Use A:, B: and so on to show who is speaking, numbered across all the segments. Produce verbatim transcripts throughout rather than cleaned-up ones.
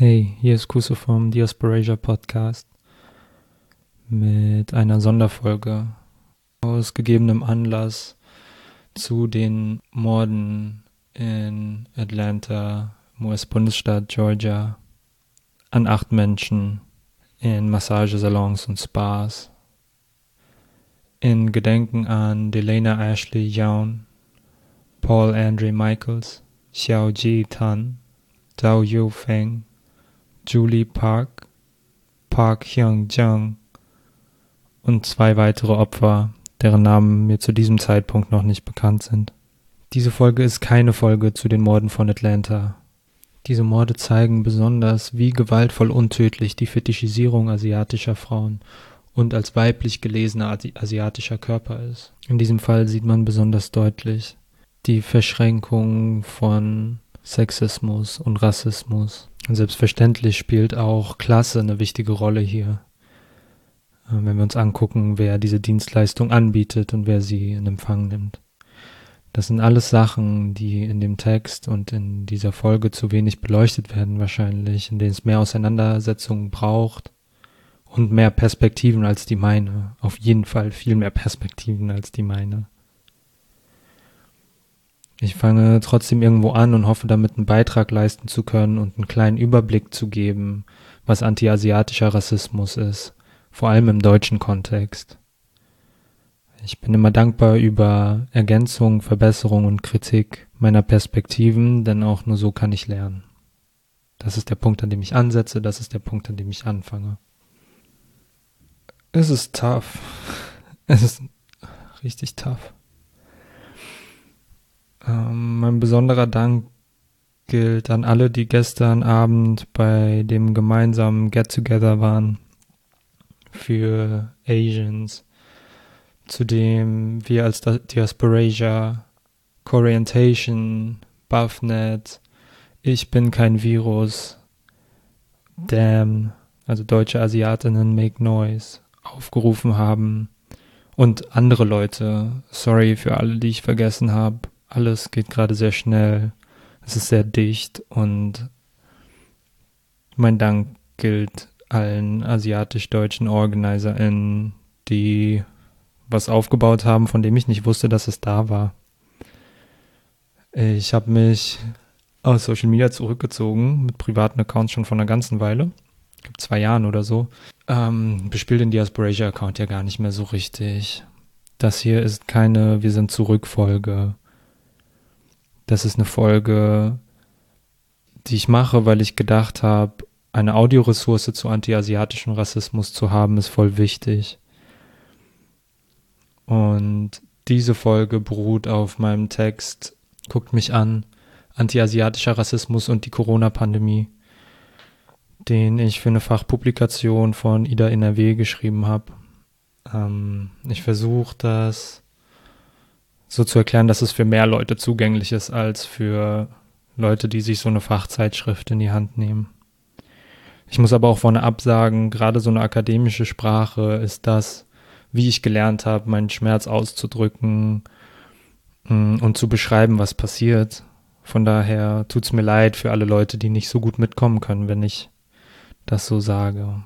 A: Hey, hier ist Kuso vom Diasporasia Podcast mit einer Sonderfolge aus gegebenem Anlass zu den Morden in Atlanta, im U S-Bundesstaat Georgia, an acht Menschen in Massagesalons und Spas. In Gedenken an Delaney Ashley Young, Paul Andre Michaels, Xiao Ji Tan, Zhao Yu Feng, Julie Park, Park Hyung-jung und zwei weitere Opfer, deren Namen mir zu diesem Zeitpunkt noch nicht bekannt sind. Diese Folge ist keine Folge zu den Morden von Atlanta. Diese Morde zeigen besonders, wie gewaltvoll untödlich die Fetischisierung asiatischer Frauen und als weiblich gelesener asi- asiatischer Körper ist. In diesem Fall sieht man besonders deutlich die Verschränkung von Sexismus und Rassismus. Und selbstverständlich spielt auch Klasse eine wichtige Rolle hier. Wenn wir uns angucken, wer diese Dienstleistung anbietet und wer sie in Empfang nimmt. Das sind alles Sachen, die in dem Text und in dieser Folge zu wenig beleuchtet werden wahrscheinlich, in denen es mehr Auseinandersetzungen braucht und mehr Perspektiven als die meine. Auf jeden Fall viel mehr Perspektiven als die meine. Ich fange trotzdem irgendwo an und hoffe, damit einen Beitrag leisten zu können und einen kleinen Überblick zu geben, was anti-asiatischer Rassismus ist, vor allem im deutschen Kontext. Ich bin immer dankbar über Ergänzung, Verbesserung und Kritik meiner Perspektiven, denn auch nur so kann ich lernen. Das ist der Punkt, an dem ich ansetze, das ist der Punkt, an dem ich anfange. Es ist tough. Es ist richtig tough. Ähm, mein besonderer Dank gilt an alle, die gestern Abend bei dem gemeinsamen Get-Together waren für Asians, zu dem wir als Diasporasia, Corientation, BuffNet, Ich bin kein Virus, Damn, also deutsche Asiatinnen Make Noise, aufgerufen haben und andere Leute, sorry für alle, die ich vergessen habe. Alles geht gerade sehr schnell, es ist sehr dicht und mein Dank gilt allen asiatisch-deutschen OrganizerInnen, die was aufgebaut haben, von dem ich nicht wusste, dass es da war. Ich habe mich aus Social Media zurückgezogen, mit privaten Accounts schon vor einer ganzen Weile, ich glaube zwei Jahren oder so, ähm, bespiele den Diasporasia-Account ja gar nicht mehr so richtig. Das hier ist keine Wir sind zurück-Folge. Das ist eine Folge, die ich mache, weil ich gedacht habe, eine Audioressource zu anti-asiatischem Rassismus zu haben, ist voll wichtig. Und diese Folge beruht auf meinem Text, guckt mich an, anti-asiatischer Rassismus und die Corona-Pandemie, den ich für eine Fachpublikation von I D A N R W geschrieben habe. Ähm, ich versuche das so zu erklären, dass es für mehr Leute zugänglich ist, als für Leute, die sich so eine Fachzeitschrift in die Hand nehmen. Ich muss aber auch vorne absagen, gerade so eine akademische Sprache ist das, wie ich gelernt habe, meinen Schmerz auszudrücken und zu beschreiben, was passiert. Von daher tut es mir leid für alle Leute, die nicht so gut mitkommen können, wenn ich das so sage.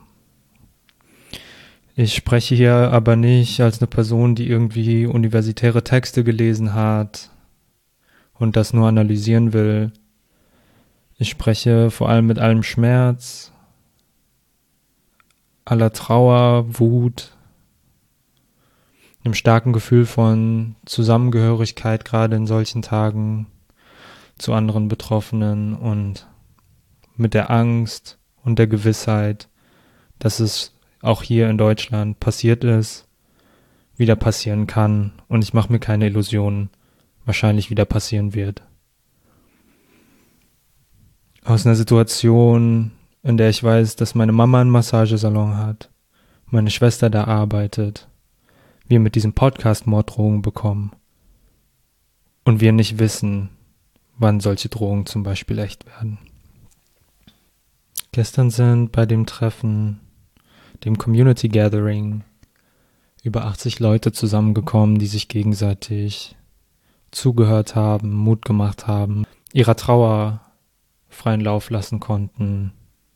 A: Ich spreche hier aber nicht als eine Person, die irgendwie universitäre Texte gelesen hat und das nur analysieren will. Ich spreche vor allem mit allem Schmerz, aller Trauer, Wut, einem starken Gefühl von Zusammengehörigkeit, gerade in solchen Tagen zu anderen Betroffenen und mit der Angst und der Gewissheit, dass es auch hier in Deutschland passiert ist, wieder passieren kann und ich mache mir keine Illusionen, wahrscheinlich wieder passieren wird. Aus einer Situation, in der ich weiß, dass meine Mama einen Massagesalon hat, meine Schwester da arbeitet, wir mit diesem Podcast Morddrohungen bekommen und wir nicht wissen, wann solche Drohungen zum Beispiel echt werden. Gestern sind bei dem Treffen, dem Community Gathering, über achtzig Leute zusammengekommen, die sich gegenseitig zugehört haben, Mut gemacht haben, ihrer Trauer freien Lauf lassen konnten,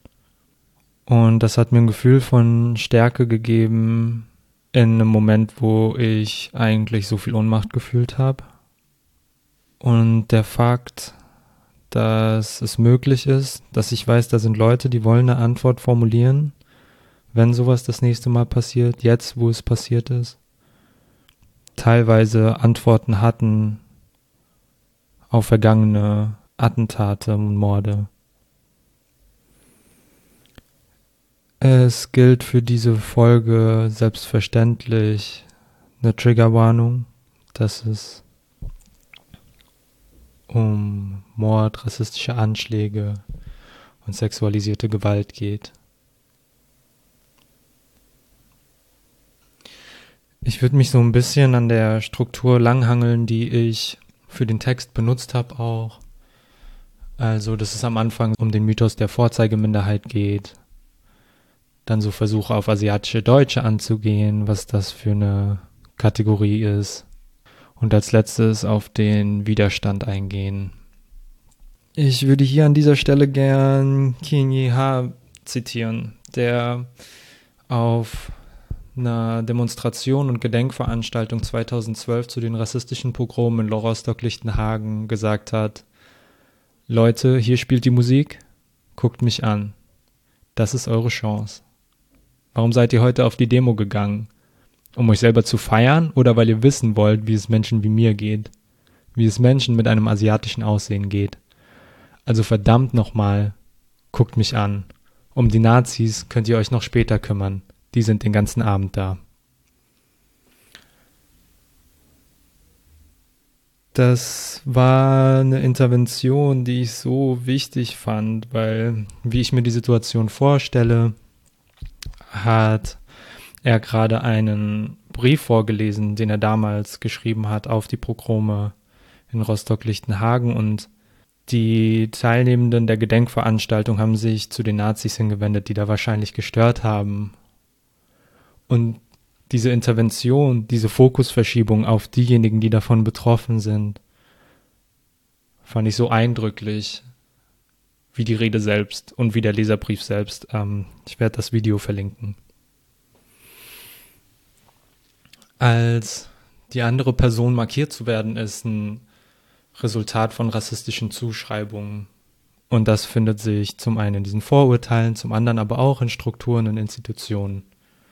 A: Und das hat mir ein Gefühl von Stärke gegeben in einem Moment, wo ich eigentlich so viel Ohnmacht gefühlt habe. Und der Fakt, dass es möglich ist, dass ich weiß, da sind Leute, die wollen eine Antwort formulieren, wenn sowas das nächste Mal passiert, jetzt, wo es passiert ist. Teilweise Antworten hatten auf vergangene Attentate und Morde. Es gilt für diese Folge selbstverständlich eine Triggerwarnung, dass es um Mord, rassistische Anschläge und sexualisierte Gewalt geht. Ich würde mich so ein bisschen an der Struktur langhangeln, die ich für den Text benutzt habe auch. Also, dass es am Anfang um den Mythos der Vorzeigeminderheit geht. Dann so Versuche auf asiatische Deutsche anzugehen, was das für eine Kategorie ist. Und als letztes auf den Widerstand eingehen. Ich würde hier an dieser Stelle gern Kien Yi Ha zitieren, der auf einer Demonstration und Gedenkveranstaltung zweitausendzwölf zu den rassistischen Pogromen in Rostock-Lichtenhagen gesagt hat: Leute, hier spielt die Musik, guckt mich an. Das ist eure Chance. Warum seid ihr heute auf die Demo gegangen? Um euch selber zu feiern oder weil ihr wissen wollt, wie es Menschen wie mir geht? Wie es Menschen mit einem asiatischen Aussehen geht? Also verdammt nochmal, guckt mich an. Um die Nazis könnt ihr euch noch später kümmern. Die sind den ganzen Abend da. Das war eine Intervention, die ich so wichtig fand, weil, wie ich mir die Situation vorstelle, hat er gerade einen Brief vorgelesen, den er damals geschrieben hat auf die Pogrome in Rostock-Lichtenhagen, und die Teilnehmenden der Gedenkveranstaltung haben sich zu den Nazis hingewendet, die da wahrscheinlich gestört haben. Und diese Intervention, diese Fokusverschiebung auf diejenigen, die davon betroffen sind, fand ich so eindrücklich, wie die Rede selbst und wie der Leserbrief selbst. Ähm, ich werde das Video verlinken. Als die andere Person markiert zu werden, ist ein Resultat von rassistischen Zuschreibungen. Und das findet sich zum einen in diesen Vorurteilen, zum anderen aber auch in Strukturen und Institutionen.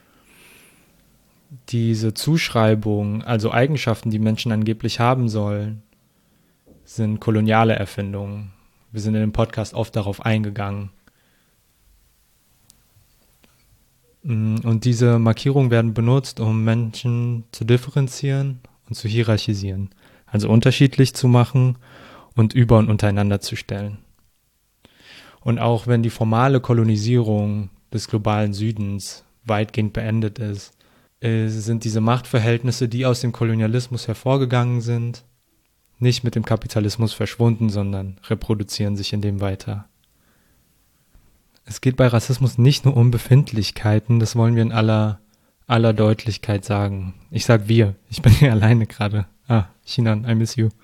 A: Diese Zuschreibungen, also Eigenschaften, die Menschen angeblich haben sollen, sind koloniale Erfindungen. Wir sind in dem Podcast oft darauf eingegangen. Und diese Markierungen werden benutzt, um Menschen zu differenzieren und zu hierarchisieren, also unterschiedlich zu machen und über und untereinander zu stellen. Und auch wenn die formale Kolonisierung des globalen Südens weitgehend beendet ist, sind diese Machtverhältnisse, die aus dem Kolonialismus hervorgegangen sind, nicht mit dem Kapitalismus verschwunden, sondern reproduzieren sich in dem weiter. Es geht bei Rassismus nicht nur um Befindlichkeiten, das wollen wir in aller, aller Deutlichkeit sagen. Ich sag wir, ich bin hier alleine gerade. Ah, Chinan, I miss you.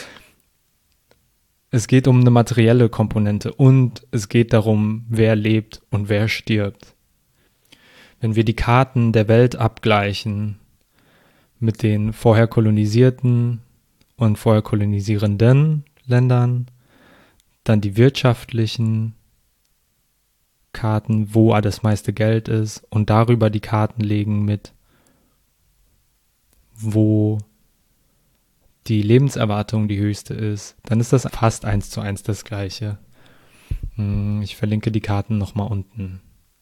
A: Es geht um eine materielle Komponente und es geht darum, wer lebt und wer stirbt. Wenn wir die Karten der Welt abgleichen mit den vorher kolonisierten und vorher kolonisierenden Ländern, dann die wirtschaftlichen Karten, wo das meiste Geld ist, und darüber die Karten legen mit, wo die Lebenserwartung die höchste ist, dann ist das fast eins zu eins das Gleiche. Ich verlinke die Karten nochmal unten.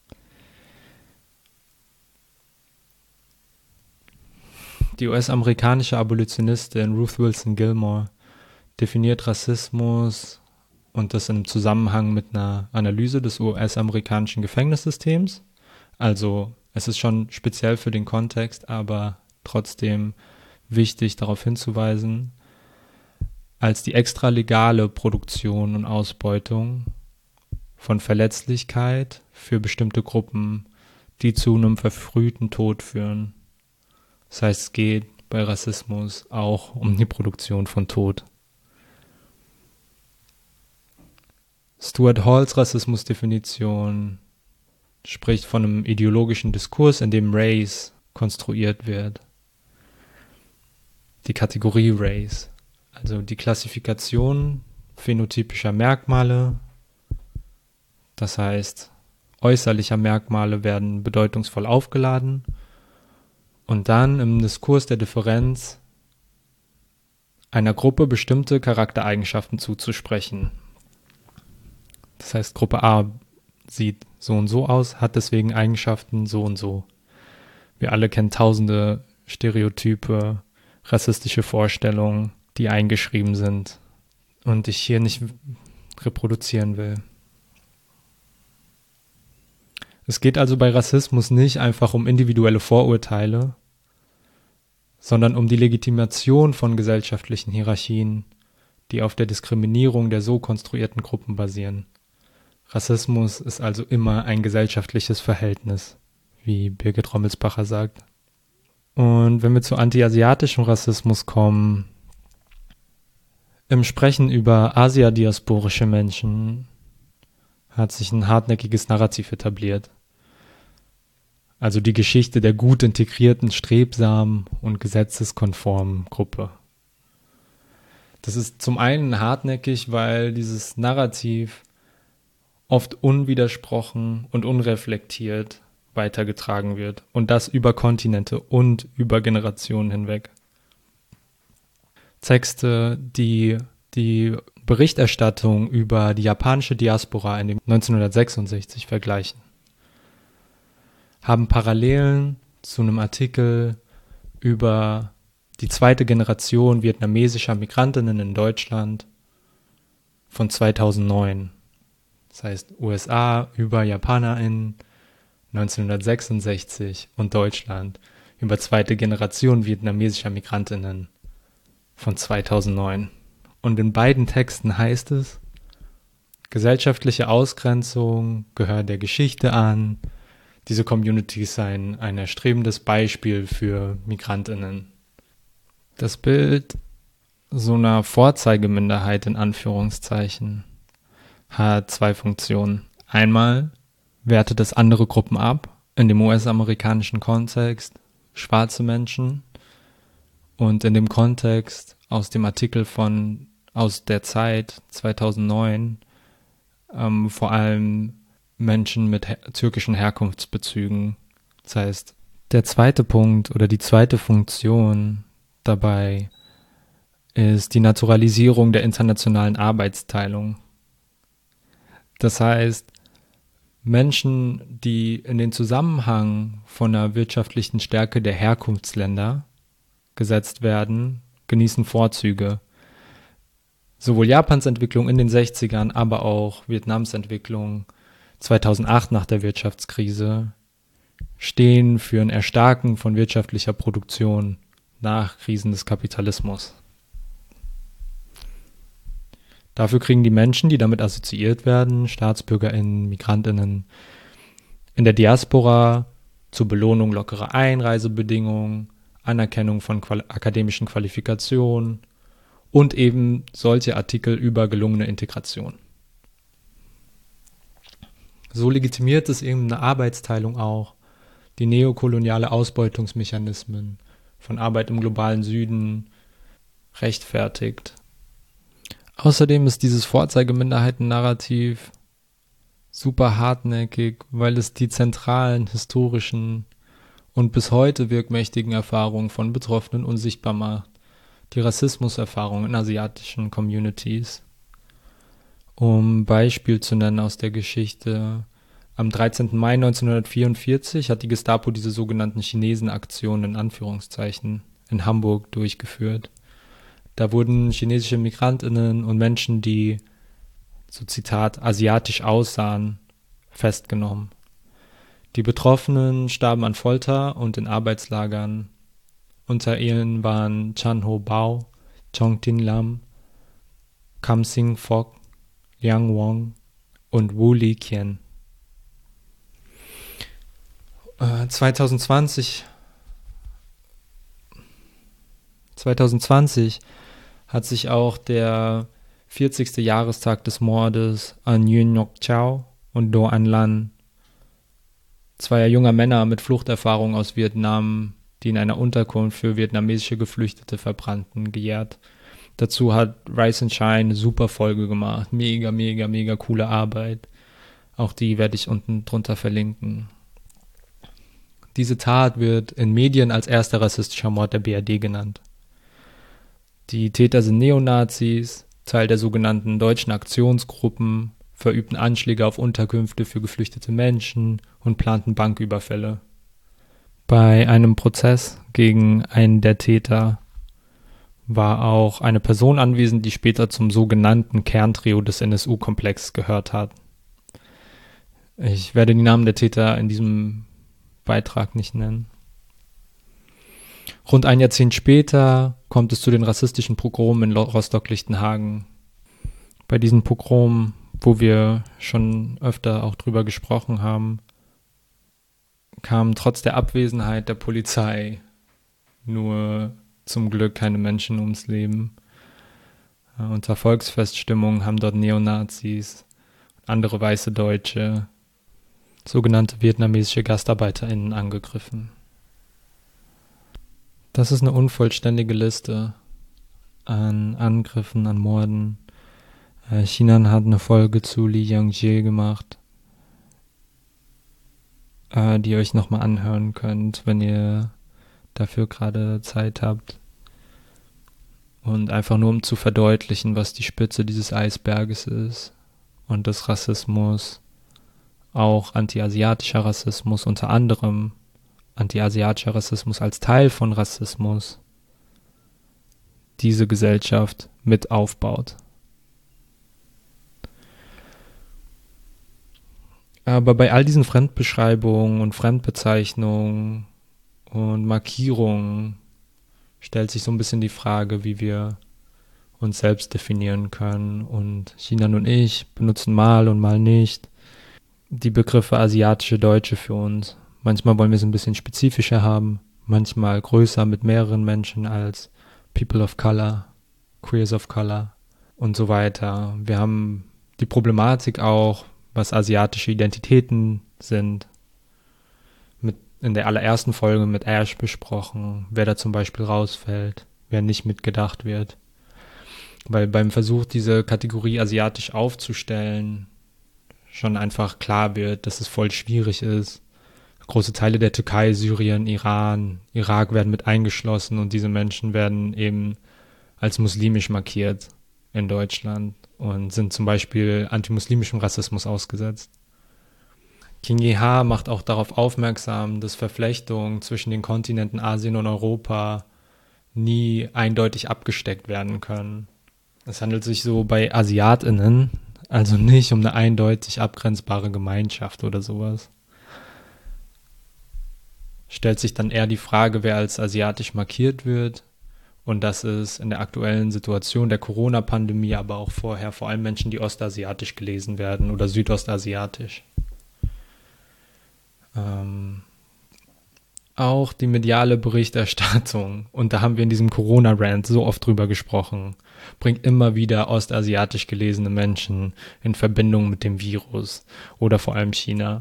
A: Die U S-amerikanische Abolitionistin Ruth Wilson Gilmore definiert Rassismus und das im Zusammenhang mit einer Analyse des U S-amerikanischen Gefängnissystems. Also es ist schon speziell für den Kontext, aber trotzdem wichtig darauf hinzuweisen, als die extralegale Produktion und Ausbeutung von Verletzlichkeit für bestimmte Gruppen, die zu einem verfrühten Tod führen. Das heißt, es geht bei Rassismus auch um die Produktion von Tod. Stuart Halls Rassismusdefinition spricht von einem ideologischen Diskurs, in dem Race konstruiert wird. Die Kategorie Race, also die Klassifikation phänotypischer Merkmale, das heißt, äußerlicher Merkmale werden bedeutungsvoll aufgeladen und dann im Diskurs der Differenz einer Gruppe bestimmte Charaktereigenschaften zuzusprechen. Das heißt, Gruppe A sieht so und so aus, hat deswegen Eigenschaften so und so. Wir alle kennen tausende Stereotype, rassistische Vorstellungen, die eingeschrieben sind und ich hier nicht reproduzieren will. Es geht also bei Rassismus nicht einfach um individuelle Vorurteile, sondern um die Legitimation von gesellschaftlichen Hierarchien, die auf der Diskriminierung der so konstruierten Gruppen basieren. Rassismus ist also immer ein gesellschaftliches Verhältnis, wie Birgit Rommelsbacher sagt. Und wenn wir zu anti-asiatischem Rassismus kommen, im Sprechen über asiadiasporische Menschen hat sich ein hartnäckiges Narrativ etabliert. Also die Geschichte der gut integrierten, strebsamen und gesetzeskonformen Gruppe. Das ist zum einen hartnäckig, weil dieses Narrativ oft unwidersprochen und unreflektiert weitergetragen wird und das über Kontinente und über Generationen hinweg. Texte, die die Berichterstattung über die japanische Diaspora in dem neunzehnhundertsechsundsechzig vergleichen, haben Parallelen zu einem Artikel über die zweite Generation vietnamesischer Migrantinnen in Deutschland von zweitausendneun. Das heißt U S A über JapanerInnen neunzehnhundertsechsundsechzig und Deutschland über zweite Generation vietnamesischer Migrantinnen von zweitausendneun. Und in beiden Texten heißt es, gesellschaftliche Ausgrenzung gehört der Geschichte an, diese Communities seien ein erstrebendes Beispiel für MigrantInnen. Das Bild so einer Vorzeigeminderheit in Anführungszeichen hat zwei Funktionen. Einmal wertet es andere Gruppen ab, in dem U S-amerikanischen Kontext schwarze Menschen und in dem Kontext aus dem Artikel von aus der Zeit zweitausendneun ähm, vor allem Menschen mit her- türkischen Herkunftsbezügen. Das heißt, der zweite Punkt oder die zweite Funktion dabei ist die Naturalisierung der internationalen Arbeitsteilung. Das heißt, Menschen, die in den Zusammenhang von der wirtschaftlichen Stärke der Herkunftsländer gesetzt werden, genießen Vorzüge. Sowohl Japans Entwicklung in den sechzigern, aber auch Vietnams Entwicklung zweitausendacht nach der Wirtschaftskrise stehen für ein Erstarken von wirtschaftlicher Produktion nach Krisen des Kapitalismus. Dafür kriegen die Menschen, die damit assoziiert werden, StaatsbürgerInnen, MigrantInnen, in der Diaspora zur Belohnung lockere Einreisebedingungen, Anerkennung von qual- akademischen Qualifikationen und eben solche Artikel über gelungene Integration. So legitimiert es eben eine Arbeitsteilung auch, die neokoloniale Ausbeutungsmechanismen von Arbeit im globalen Süden rechtfertigt. Außerdem ist dieses Vorzeigeminderheiten-Narrativ super hartnäckig, weil es die zentralen historischen und bis heute wirkmächtigen Erfahrungen von Betroffenen unsichtbar macht, die Rassismuserfahrungen in asiatischen Communities. Um ein Beispiel zu nennen aus der Geschichte, am dreizehnten Mai neunzehnhundertvierundvierzig hat die Gestapo diese sogenannten Chinesenaktionen in Anführungszeichen in Hamburg durchgeführt. Da wurden chinesische MigrantInnen und Menschen, die, so Zitat, asiatisch aussahen, festgenommen. Die Betroffenen starben an Folter und in Arbeitslagern. Unter ihnen waren Chan Ho Bao, Chong Tin Lam, Kam Sing Fock, Liang Wong und Wu Li Qian. Äh, zweitausendzwanzig, zweitausendzwanzig hat sich auch der vierzigste Jahrestag des Mordes an Yuen Nok Chao und Do An Lan zweier junger Männer mit Fluchterfahrung aus Vietnam, die in einer Unterkunft für vietnamesische Geflüchtete verbrannten, gejährt. Dazu hat Rise and Shine eine super Folge gemacht. Mega, mega, mega coole Arbeit. Auch die werde ich unten drunter verlinken. Diese Tat wird in Medien als erster rassistischer Mord der B R D genannt. Die Täter sind Neonazis, Teil der sogenannten deutschen Aktionsgruppen, verübten Anschläge auf Unterkünfte für geflüchtete Menschen und planten Banküberfälle. Bei einem Prozess gegen einen der Täter war auch eine Person anwesend, die später zum sogenannten Kerntrio des N S U-Komplexes gehört hat. Ich werde die Namen der Täter in diesem Beitrag nicht nennen. Rund ein Jahrzehnt später kommt es zu den rassistischen Pogromen in Rostock-Lichtenhagen. Bei diesen Pogromen, wo wir schon öfter auch drüber gesprochen haben, kamen trotz der Abwesenheit der Polizei nur zum Glück keine Menschen ums Leben. Äh, unter Volksfeststimmung haben dort Neonazis und andere weiße Deutsche sogenannte vietnamesische GastarbeiterInnen angegriffen. Das ist eine unvollständige Liste an Angriffen, an Morden. Äh, China hat eine Folge zu Li Yangjie gemacht, äh, die ihr euch nochmal anhören könnt, wenn ihr dafür gerade Zeit habt. Und einfach nur um zu verdeutlichen, was die Spitze dieses Eisberges ist und dass Rassismus, auch anti-asiatischer Rassismus, unter anderem anti-asiatischer Rassismus als Teil von Rassismus, diese Gesellschaft mit aufbaut. Aber bei all diesen Fremdbeschreibungen und Fremdbezeichnungen und Markierungen stellt sich so ein bisschen die Frage, wie wir uns selbst definieren können. Und Sinan und ich benutzen mal und mal nicht die Begriffe asiatische Deutsche für uns. Manchmal wollen wir es ein bisschen spezifischer haben, manchmal größer mit mehreren Menschen als People of Color, Queers of Color und so weiter. Wir haben die Problematik auch, was asiatische Identitäten sind, mit in der allerersten Folge mit Ash besprochen, wer da zum Beispiel rausfällt, wer nicht mitgedacht wird. Weil beim Versuch, diese Kategorie asiatisch aufzustellen, schon einfach klar wird, dass es voll schwierig ist. Große Teile der Türkei, Syrien, Iran, Irak werden mit eingeschlossen und diese Menschen werden eben als muslimisch markiert in Deutschland und sind zum Beispiel antimuslimischem Rassismus ausgesetzt. King Yeha macht auch darauf aufmerksam, dass Verflechtungen zwischen den Kontinenten Asien und Europa nie eindeutig abgesteckt werden können. Es handelt sich so bei AsiatInnen also nicht um eine eindeutig abgrenzbare Gemeinschaft oder sowas. Stellt sich dann eher die Frage, wer als asiatisch markiert wird. Und das ist in der aktuellen Situation der Corona-Pandemie, aber auch vorher vor allem Menschen, die ostasiatisch gelesen werden oder südostasiatisch. Ähm, auch die mediale Berichterstattung, und da haben wir in diesem Corona-Rant so oft drüber gesprochen, bringt immer wieder ostasiatisch gelesene Menschen in Verbindung mit dem Virus oder vor allem China.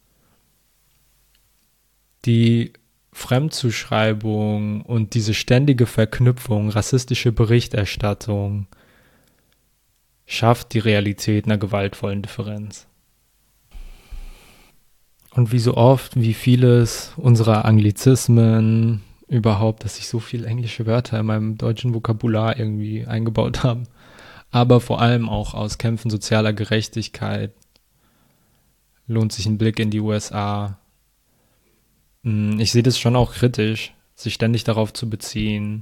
A: Die Fremdzuschreibung und diese ständige Verknüpfung, rassistische Berichterstattung, schafft die Realität einer gewaltvollen Differenz. Und wie so oft, wie vieles unserer Anglizismen überhaupt, dass sich so viele englische Wörter in meinem deutschen Vokabular irgendwie eingebaut haben, aber vor allem auch aus Kämpfen sozialer Gerechtigkeit, lohnt sich ein Blick in die U S A. Ich sehe das schon auch kritisch, sich ständig darauf zu beziehen.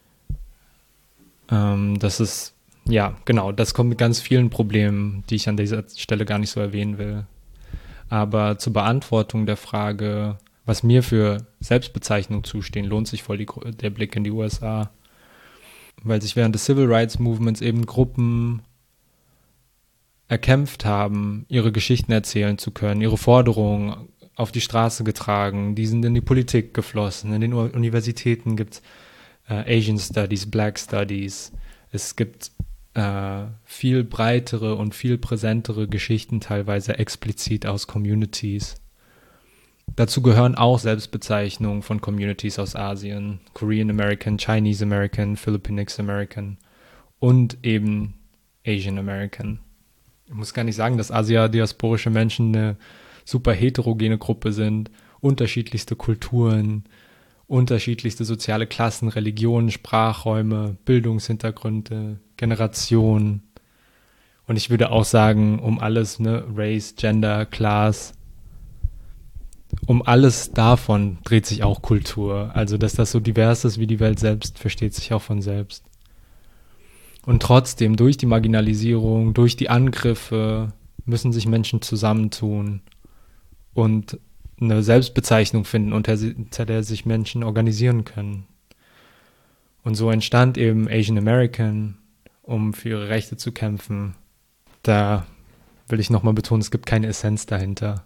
A: Ähm, das ist, ja, genau, das kommt mit ganz vielen Problemen, die ich an dieser Stelle gar nicht so erwähnen will. Aber zur Beantwortung der Frage, was mir für Selbstbezeichnung zustehen, lohnt sich voll die, der Blick in die U S A. Weil sich während des Civil Rights Movements eben Gruppen erkämpft haben, ihre Geschichten erzählen zu können, ihre Forderungen auf die Straße getragen, die sind in die Politik geflossen. In den Universitäten gibt es äh, Asian Studies, Black Studies. Es gibt äh, viel breitere und viel präsentere Geschichten, teilweise explizit aus Communities. Dazu gehören auch Selbstbezeichnungen von Communities aus Asien, Korean American, Chinese American, Filipinx American und eben Asian American. Ich muss gar nicht sagen, dass asiadiasporische Menschen eine super heterogene Gruppe sind, unterschiedlichste Kulturen, unterschiedlichste soziale Klassen, Religionen, Sprachräume, Bildungshintergründe, Generationen. Und ich würde auch sagen, um alles, ne, Race, Gender, Class, um alles davon dreht sich auch Kultur. Also, dass das so divers ist wie die Welt selbst, versteht sich auch von selbst. Und trotzdem, durch die Marginalisierung, durch die Angriffe, müssen sich Menschen zusammentun und eine Selbstbezeichnung finden, unter, unter der sich Menschen organisieren können. Und so entstand eben Asian American, um für ihre Rechte zu kämpfen. Da will ich nochmal betonen, es gibt keine Essenz dahinter.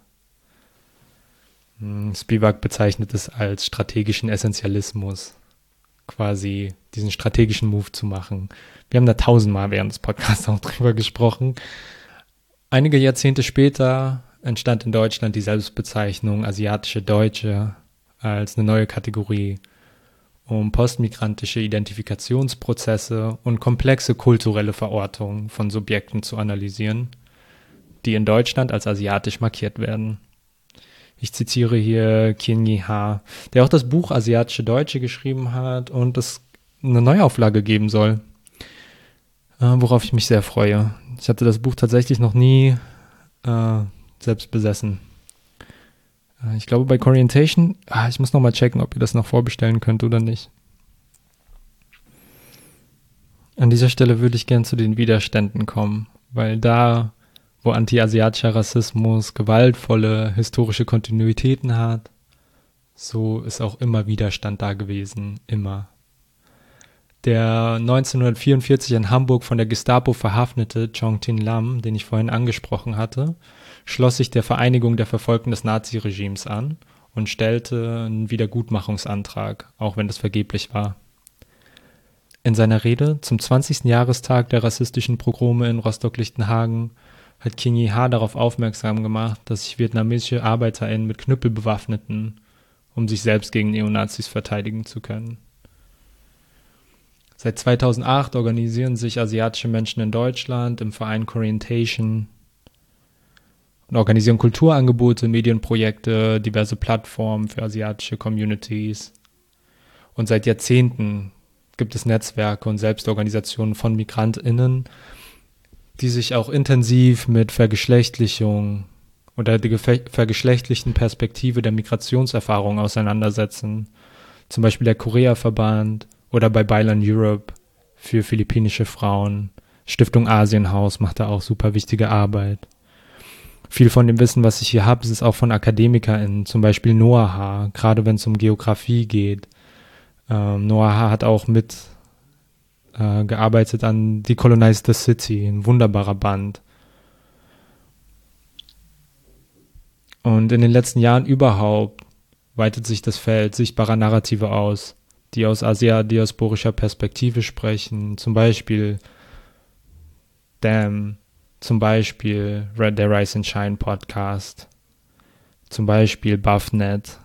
A: Spivak bezeichnet es als strategischen Essentialismus, quasi diesen strategischen Move zu machen. Wir haben da tausendmal während des Podcasts auch drüber gesprochen. Einige Jahrzehnte später entstand in Deutschland die Selbstbezeichnung asiatische Deutsche als eine neue Kategorie, um postmigrantische Identifikationsprozesse und komplexe kulturelle Verortungen von Subjekten zu analysieren, die in Deutschland als asiatisch markiert werden. Ich zitiere hier Kien-Yi Ha, der auch das Buch Asiatische Deutsche geschrieben hat und es eine Neuauflage geben soll, äh, worauf ich mich sehr freue. Ich hatte das Buch tatsächlich noch nie äh, selbst besessen. Äh, ich glaube bei Corientation, ah, ich muss nochmal checken, ob ihr das noch vorbestellen könnt oder nicht. An dieser Stelle würde ich gern zu den Widerständen kommen, weil da, wo anti-asiatischer Rassismus gewaltvolle historische Kontinuitäten hat, so ist auch immer Widerstand da gewesen, immer. Der neunzehnhundertvierundvierzig in Hamburg von der Gestapo verhaftete Chong Tin Lam, den ich vorhin angesprochen hatte, schloss sich der Vereinigung der Verfolgten des Naziregimes an und stellte einen Wiedergutmachungsantrag, auch wenn das vergeblich war. In seiner Rede zum zwanzigsten Jahrestag der rassistischen Pogrome in Rostock-Lichtenhagen hat Kien-Yi Ha darauf aufmerksam gemacht, dass sich vietnamesische ArbeiterInnen mit Knüppel bewaffneten, um sich selbst gegen Neonazis verteidigen zu können. Seit zweitausendacht organisieren sich asiatische Menschen in Deutschland im Verein Corientation und organisieren Kulturangebote, Medienprojekte, diverse Plattformen für asiatische Communities. Und seit Jahrzehnten gibt es Netzwerke und Selbstorganisationen von MigrantInnen, die sich auch intensiv mit Vergeschlechtlichung oder der vergeschlechtlichten Perspektive der Migrationserfahrung auseinandersetzen. Zum Beispiel der Korea-Verband oder bei Byline Europe für philippinische Frauen. Stiftung Asienhaus macht da auch super wichtige Arbeit. Viel von dem Wissen, was ich hier habe, ist auch von AkademikerInnen, zum Beispiel Noah H., gerade wenn es um Geografie geht. Ähm, Noah H. hat auch mit äh, gearbeitet an Decolonize the City, ein wunderbarer Band. Und in den letzten Jahren überhaupt weitet sich das Feld sichtbarer Narrative aus, die aus asiadiasporischer Perspektive sprechen, zum Beispiel Damn, zum Beispiel der Rise and Shine Podcast, zum Beispiel BuffNet,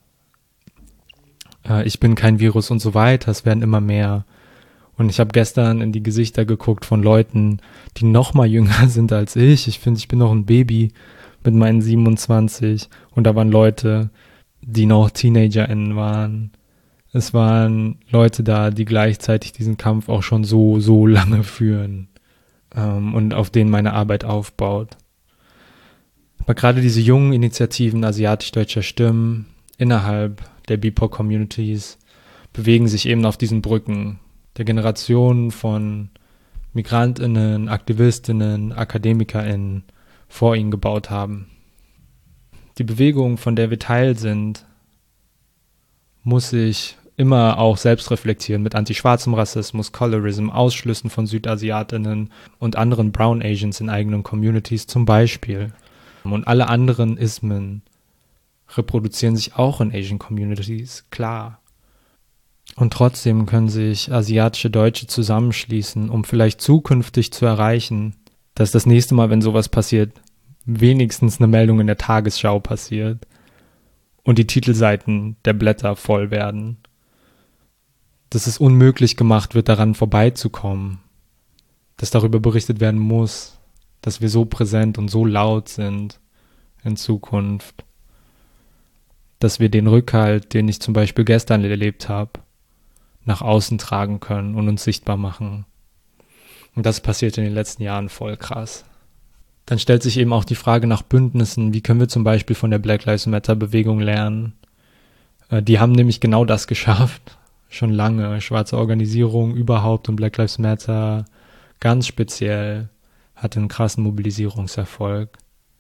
A: äh, Ich bin kein Virus und so weiter, es werden immer mehr. Und ich habe gestern in die Gesichter geguckt von Leuten, die noch mal jünger sind als ich. Ich finde, ich bin noch ein Baby mit meinen siebenundzwanzig und da waren Leute, die noch TeenagerInnen waren. Es waren Leute da, die gleichzeitig diesen Kampf auch schon so, so lange führen ähm, und auf denen meine Arbeit aufbaut. Aber gerade diese jungen Initiativen asiatisch-deutscher Stimmen innerhalb der B I P O C-Communities bewegen sich eben auf diesen Brücken der Generationen von MigrantInnen, AktivistInnen, AkademikerInnen vor ihnen gebaut haben. Die Bewegung, von der wir Teil sind, muss sich immer auch selbst reflektieren mit antischwarzem Rassismus, Colorism, Ausschlüssen von SüdasiatInnen und anderen Brown Asians in eigenen Communities zum Beispiel. Und alle anderen Ismen reproduzieren sich auch in Asian Communities, klar. Und trotzdem können sich asiatische Deutsche zusammenschließen, um vielleicht zukünftig zu erreichen, dass das nächste Mal, wenn sowas passiert, wenigstens eine Meldung in der Tagesschau passiert und die Titelseiten der Blätter voll werden. Dass es unmöglich gemacht wird, daran vorbeizukommen. Dass darüber berichtet werden muss, dass wir so präsent und so laut sind in Zukunft. Dass wir den Rückhalt, den ich zum Beispiel gestern erlebt habe, nach außen tragen können und uns sichtbar machen. Und das passiert in den letzten Jahren voll krass. Dann stellt sich eben auch die Frage nach Bündnissen. Wie können wir zum Beispiel von der Black Lives Matter Bewegung lernen? Die haben nämlich genau das geschafft. Schon lange. Schwarze Organisierung überhaupt und Black Lives Matter ganz speziell hatte einen krassen Mobilisierungserfolg.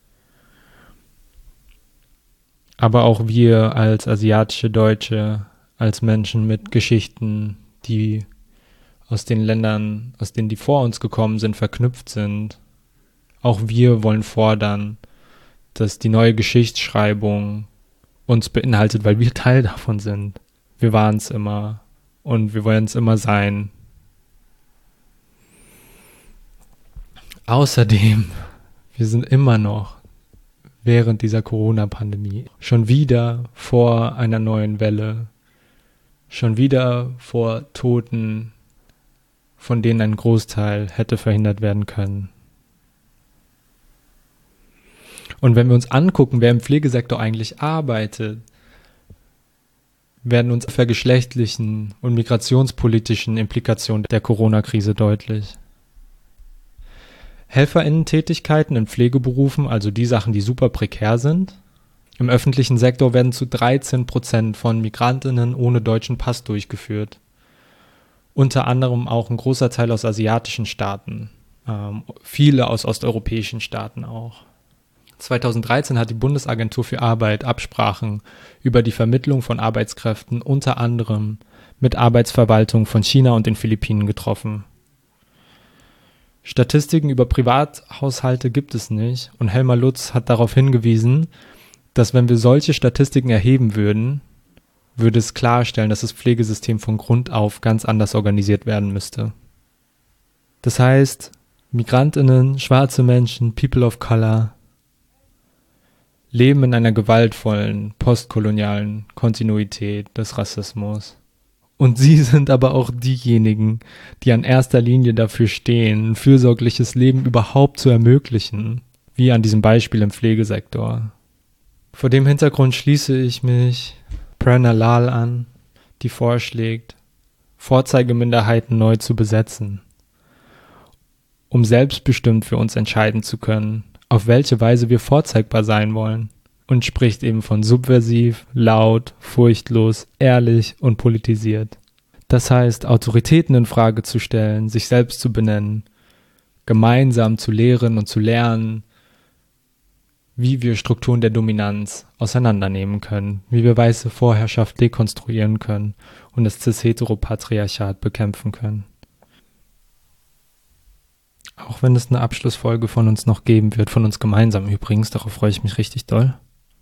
A: Aber auch wir als asiatische Deutsche, als Menschen mit Geschichten, die aus den Ländern, aus denen die vor uns gekommen sind, verknüpft sind. Auch wir wollen fordern, dass die neue Geschichtsschreibung uns beinhaltet, weil wir Teil davon sind. Wir waren es immer und wir wollen es immer sein. Außerdem, wir sind immer noch während dieser Corona-Pandemie schon wieder vor einer neuen Welle, schon wieder vor Toten, von denen ein Großteil hätte verhindert werden können. Und wenn wir uns angucken, wer im Pflegesektor eigentlich arbeitet, werden uns vergeschlechtlichen und migrationspolitischen Implikationen der Corona-Krise deutlich. HelferInnen-Tätigkeiten in Pflegeberufen, also die Sachen, die super prekär sind, im öffentlichen Sektor werden zu dreizehn Prozent von MigrantInnen ohne deutschen Pass durchgeführt. Unter anderem auch ein großer Teil aus asiatischen Staaten, ähm, viele aus osteuropäischen Staaten auch. zweitausenddreizehn hat die Bundesagentur für Arbeit Absprachen über die Vermittlung von Arbeitskräften unter anderem mit Arbeitsverwaltungen von China und den Philippinen getroffen. Statistiken über Privathaushalte gibt es nicht und Helmer Lutz hat darauf hingewiesen, dass wenn wir solche Statistiken erheben würden, würde es klarstellen, dass das Pflegesystem von Grund auf ganz anders organisiert werden müsste. Das heißt, MigrantInnen, schwarze Menschen, People of Color leben in einer gewaltvollen, postkolonialen Kontinuität des Rassismus. Und sie sind aber auch diejenigen, die an erster Linie dafür stehen, ein fürsorgliches Leben überhaupt zu ermöglichen, wie an diesem Beispiel im Pflegesektor. Vor dem Hintergrund schließe ich mich Prerna Lal an, die vorschlägt, Vorzeigeminderheiten neu zu besetzen, um selbstbestimmt für uns entscheiden zu können, auf welche Weise wir vorzeigbar sein wollen. Und spricht eben von subversiv, laut, furchtlos, ehrlich und politisiert. Das heißt, Autoritäten in Frage zu stellen, sich selbst zu benennen, gemeinsam zu lehren und zu lernen, wie wir Strukturen der Dominanz auseinandernehmen können, wie wir weiße Vorherrschaft dekonstruieren können und das Cis-Heteropatriarchat bekämpfen können. Auch wenn es eine Abschlussfolge von uns noch geben wird, von uns gemeinsam übrigens, darauf freue ich mich richtig doll,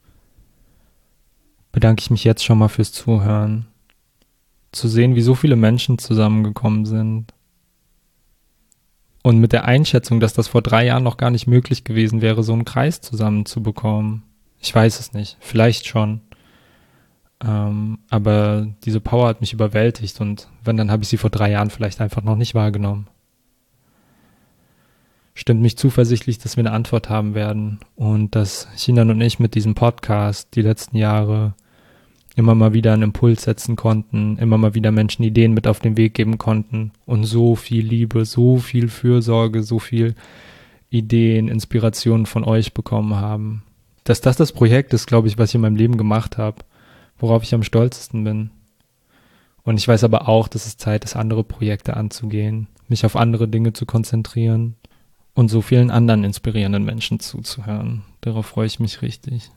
A: bedanke ich mich jetzt schon mal fürs Zuhören. Zu sehen, wie so viele Menschen zusammengekommen sind. Und mit der Einschätzung, dass das vor drei Jahren noch gar nicht möglich gewesen wäre, so einen Kreis zusammenzubekommen. Ich weiß es nicht, vielleicht schon. Ähm, aber diese Power hat mich überwältigt und wenn, dann habe ich sie vor drei Jahren vielleicht einfach noch nicht wahrgenommen. Stimmt mich zuversichtlich, dass wir eine Antwort haben werden und dass Sinan und ich mit diesem Podcast die letzten Jahre immer mal wieder einen Impuls setzen konnten, immer mal wieder Menschen Ideen mit auf den Weg geben konnten und so viel Liebe, so viel Fürsorge, so viel Ideen, Inspirationen von euch bekommen haben. Dass das das Projekt ist, glaube ich, was ich in meinem Leben gemacht habe, worauf ich am stolzesten bin. Und ich weiß aber auch, dass es Zeit ist, andere Projekte anzugehen, mich auf andere Dinge zu konzentrieren und so vielen anderen inspirierenden Menschen zuzuhören. Darauf freue ich mich richtig.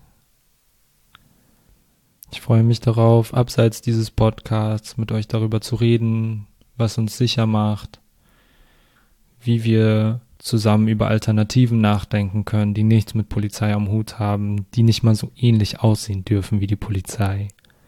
A: Ich freue mich darauf, abseits dieses Podcasts mit euch darüber zu reden, was uns sicher macht, wie wir zusammen über Alternativen nachdenken können, die nichts mit Polizei am Hut haben, die nicht mal so ähnlich aussehen dürfen wie die Polizei,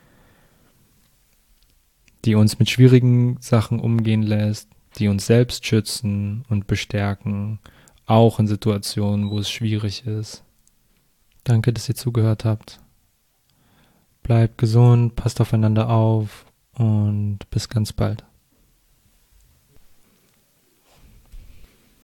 A: die uns mit schwierigen Sachen umgehen lässt, die uns selbst schützen und bestärken, auch in Situationen, wo es schwierig ist. Danke, dass ihr zugehört habt. Bleibt gesund, passt aufeinander auf und bis ganz bald.